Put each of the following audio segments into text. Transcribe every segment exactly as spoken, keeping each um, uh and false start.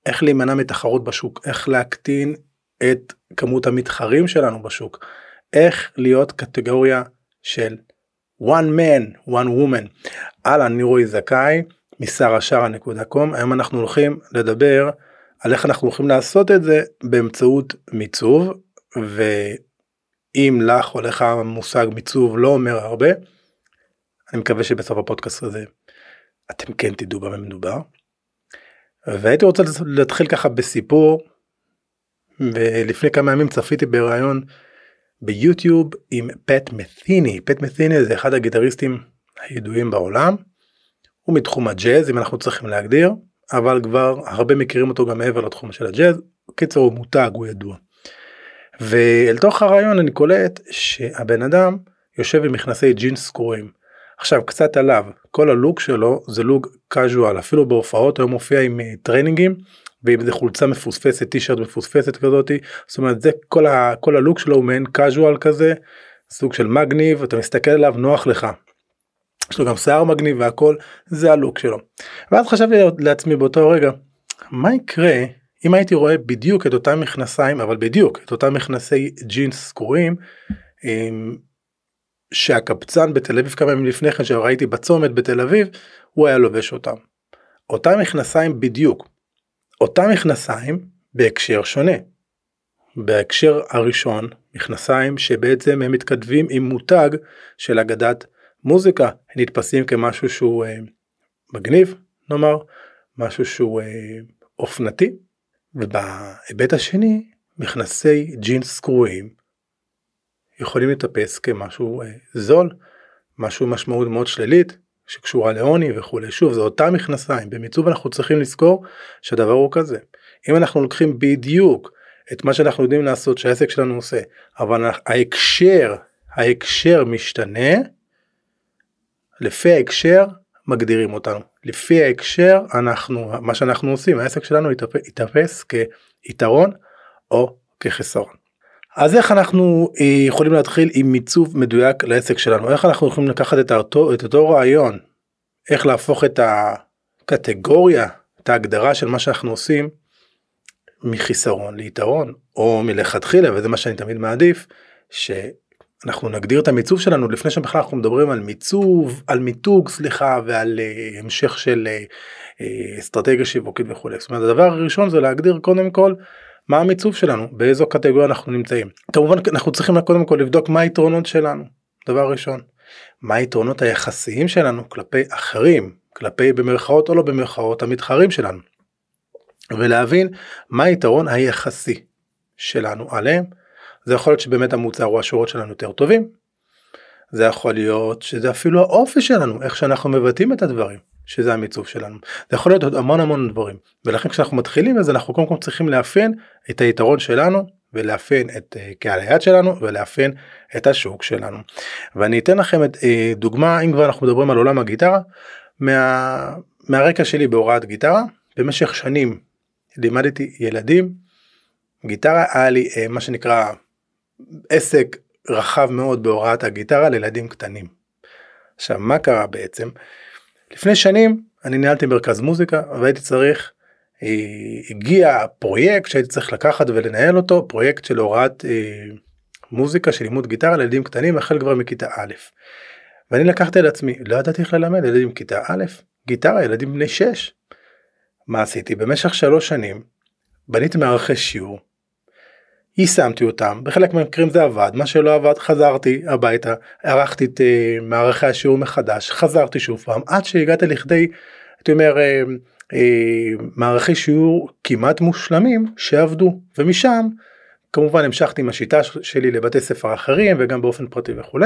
איך להימנע מתחרות בשוק, איך להקטין את כמות המתחרים שלנו בשוק, איך להיות קטגוריה של one man, one woman. אהלן, אני רועי זכאי, מסרשרה נקודה קום. היום אנחנו הולכים לדבר על איך אנחנו הולכים לעשות את זה באמצעות מיצוב, ואם לך או לך המושג מיצוב לא אומר הרבה, אני מקווה שבסוף הפודקאסט הזה אתם כן תדעו במה מדובר. והייתי רוצה להתחיל ככה בסיפור, ולפני כמה ימים צפיתי בראיון ביוטיוב עם פט מת'יני. פט מת'יני זה אחד הגיטריסטים הידועים בעולם, הוא מתחום הג'אז אם אנחנו צריכים להגדיר, אבל כבר הרבה מכירים אותו גם מעבר לתחום של הג'אז. קיצור הוא מותג, הוא ידוע. ואל תוך הרעיון אני קולט שהבן אדם יושב עם מכנסי ג'ינס סגורים. עכשיו קצת עליו, כל הלוק שלו זה לוק קאז'ואל, אפילו בהופעות היום מופיע עם טריינינגים, ועם זה חולצה מפוספסת, טישרט מפוספסת כזאת, זאת אומרת זה כל, ה, כל הלוק שלו הוא מעין קאז'ואל כזה, סוג של מגניב, אתה מסתכל עליו נוח לך, יש לו גם שיער מגניב והכל, זה הלוק שלו. ואז חשבתי לעצמי באותו רגע, מה יקרה אם הייתי רואה בדיוק את אותם מכנסיים, אבל בדיוק את אותם מכנסי ג'ינס סגורים, עם שהקבצן בתל אביב כמה ימים לפני כן שראיתי בצומת בתל אביב, הוא היה לובש אותם. אותם מכנסיים בדיוק. אותם מכנסיים בהקשר שונה. בהקשר הראשון, מכנסיים שבעצם הם מתכתבים עם מותג של אגדת מוזיקה. הם נתפסים כמשהו שהוא אה, מגניב, נאמר, משהו שהוא אה, אופנתי. ובהיבט השני, מכנסי ג'ינס סגורים, יכולים לטפס כמשהו אה, זול, משהו משמעות מאוד שלילית, שקשורה לעוני וכו'. שוב, זה אותם מכנסיים. במיצוב אנחנו צריכים לזכור שהדבר הוא כזה. אם אנחנו לוקחים בדיוק את מה שאנחנו יודעים לעשות, שהעסק שלנו עושה, אבל ההקשר, ההקשר משתנה, לפי ההקשר מגדירים אותנו. לפי ההקשר, אנחנו, מה שאנחנו עושים, העסק שלנו יתפס כיתרון או כחסרון. אז איך אנחנו יכולים להתחיל עם מיצוב מדויק לעסק שלנו? איך אנחנו יכולים לקחת את אותו, את אותו רעיון, איך להפוך את הקטגוריה, את ההגדרה של מה שאנחנו עושים, מחיסרון ליתרון, או מלכתחילה, וזה מה שאני תמיד מעדיף, שאנחנו נגדיר את המיצוב שלנו, לפני שבכלל אנחנו מדברים על מיצוב, על מיתוג, סליחה, ועל uh, המשך של uh, uh, אסטרטגיה שיווקית וכו'. זאת אומרת, הדבר הראשון זה להגדיר קודם כל, מה המיצוב שלנו, באיזו קטגוריה אנחנו נמצאים. כמובן אנחנו צריכים קודם כל לבדוק מה היתרונות שלנו, דבר ראשון. מה היתרונות היחסיים שלנו כלפי אחרים, כלפי במרכאות או לא במרכאות המתחרים שלנו. ולהבין מה היתרון היחסי שלנו עליהם. זה יכול להיות שבאמת המוצר או השורות שלנו יותר טובים. זה יכול להיות שזה אפילו האופי שלנו, איך שאנחנו מבטאים את הדברים. שזה המיצוב שלנו. זה יכול להיות עוד המון המון דברים. ולכן כשאנחנו מתחילים אז אנחנו קודם כל צריכים לאפיין את היתרון שלנו, ולאפיין את uh, קהל היעד שלנו, ולאפיין את השוק שלנו. ואני אתן לכם את uh, דוגמה, אם כבר אנחנו מדברים על עולם הגיטרה, מה, מהרקע שלי בהוראת גיטרה, במשך שנים לימדתי ילדים, גיטרה היה לי uh, מה שנקרא עסק רחב מאוד בהוראת הגיטרה לילדים קטנים. עכשיו מה קרה בעצם? לפני שנים אני ניהלתי מרכז מוזיקה והייתי צריך, הגיע פרויקט שהייתי צריך לקחת ולנהל אותו, פרויקט של הוראת אה, מוזיקה של לימוד גיטרה לילדים קטנים, החל כבר מכיתה א'. ואני לקחתי על עצמי, לא ידעתי איך ללמד ילדים כיתה א', גיטרה, ילדים בני שש. מה עשיתי? במשך שלוש שנים בניתי מערכי שיעור, יישמתי אותם, בחלק מהמקרים זה עבד, מה שלא עבד חזרתי הביתה, ערכתי את uh, מערכי השיעור מחדש, חזרתי שוב פעם, עד שהגעתי לכדי, הייתי אומר, uh, uh, מערכי שיעור כמעט מושלמים שעבדו, ומשם כמובן המשכתי עם השיטה שלי לבתי ספר אחרים, וגם באופן פרטי וכו'.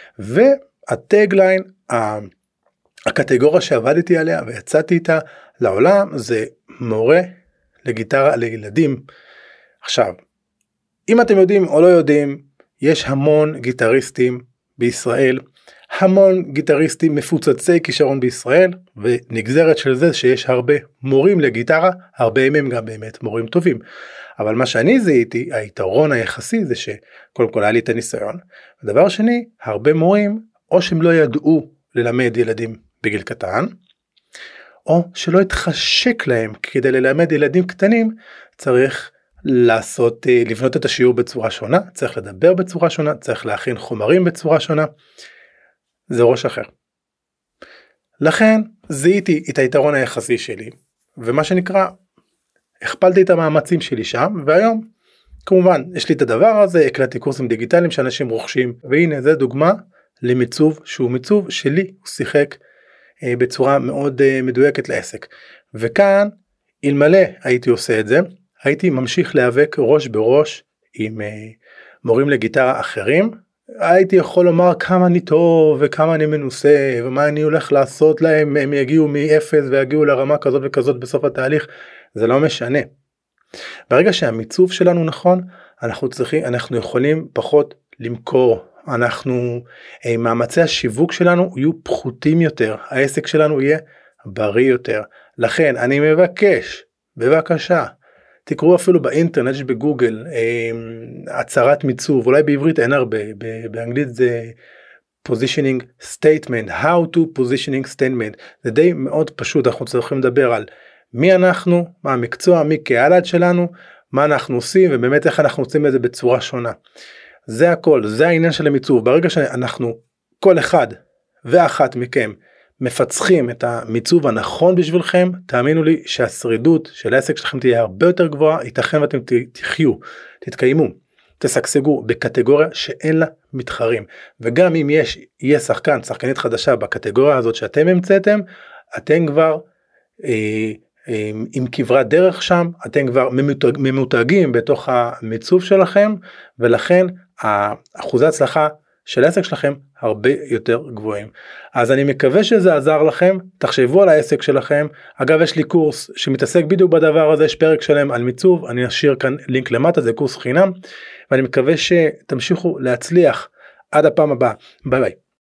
והטגליין, הקטגוריה שעבדתי עליה ויצאתי איתה לעולם, זה מורה לגיטרה לילדים. עכשיו, אם אתם יודעים או לא יודעים, יש המון גיטריסטים בישראל, המון גיטריסטים מפוצצי כישרון בישראל, ונגזרת של זה שיש הרבה מורים לגיטרה, הרבה מהם גם באמת מורים טובים. אבל מה שאני זיהיתי, היתרון היחסי זה שקודם כל היה לי את הניסיון. הדבר שני, הרבה מורים, או שהם לא ידעו ללמד ילדים בגיל קטן, או שלא יתחשק להם. כדי ללמד ילדים קטנים צריך לעשות, לבנות את השיעור בצורה שונה, צריך לדבר בצורה שונה, צריך להכין חומרים בצורה שונה, זה ראש אחר. לכן זיהיתי את היתרון היחסי שלי, ומה שנקרא, הכפלתי את המאמצים שלי שם, והיום כמובן יש לי את הדבר הזה, הקלטתי קורסים דיגיטליים שאנשים רוכשים, והנה זה דוגמה למיצוב שהוא מיצוב שלי, הוא שיחק אה, בצורה מאוד אה, מדויקת לעסק. וכאן, אלמלא הייתי עושה את זה, הייתי ממשיך להיאבק ראש בראש עם אה, מורים לגיטרה אחרים, הייתי יכול לומר כמה אני טוב וכמה אני מנוסה ומה אני הולך לעשות להם, הם יגיעו מאפס ויגיעו לרמה כזאת וכזאת בסוף התהליך, זה לא משנה. ברגע שהמיצוב שלנו נכון, אנחנו צריכים, אנחנו יכולים פחות למכור, אנחנו, מאמצי השיווק שלנו יהיו פחותים יותר, העסק שלנו יהיה בריא יותר. לכן אני מבקש, בבקשה, תקראו אפילו באינטרנט, יש בגוגל, הצהרת מיצוב, אולי בעברית אין הרבה, באנגלית זה positioning statement, how to positioning statement, זה די מאוד פשוט, אנחנו צריכים לדבר על מי אנחנו, מה המקצוע, מי כיעד שלנו, מה אנחנו עושים, ובאמת איך אנחנו עושים את זה בצורה שונה. זה הכל, זה העניין של המיצוב. ברגע שאנחנו, כל אחד ואחת מכם, מפצחים את המיצוב הנכון בשבילכם, תאמינו לי שהשרידות של העסק שלכם תהיה הרבה יותר גבוהה, ייתכן ואתם תחיו, תתקיימו, תסגסגו בקטגוריה שאין לה מתחרים. וגם אם יש, יהיה שחקן, שחקנית חדשה בקטגוריה הזאת שאתם המצאתם, אתם כבר אה, אה, עם כברת דרך שם, אתם כבר ממותג, ממותגים בתוך המיצוב שלכם, ולכן אחוזי הצלחה של העסק שלכם הרבה יותר גבוהים. אז אני מקווה שזה עזר לכם, תחשבו על העסק שלכם. אגב, יש לי קורס שמתעסק בדיוק בדבר הזה, יש פרק שלם על מיצוב, אני אשאיר כאן לינק למטה, זה קורס חינם, ואני מקווה שתמשיכו להצליח עד הפעם הבאה. ביי ביי.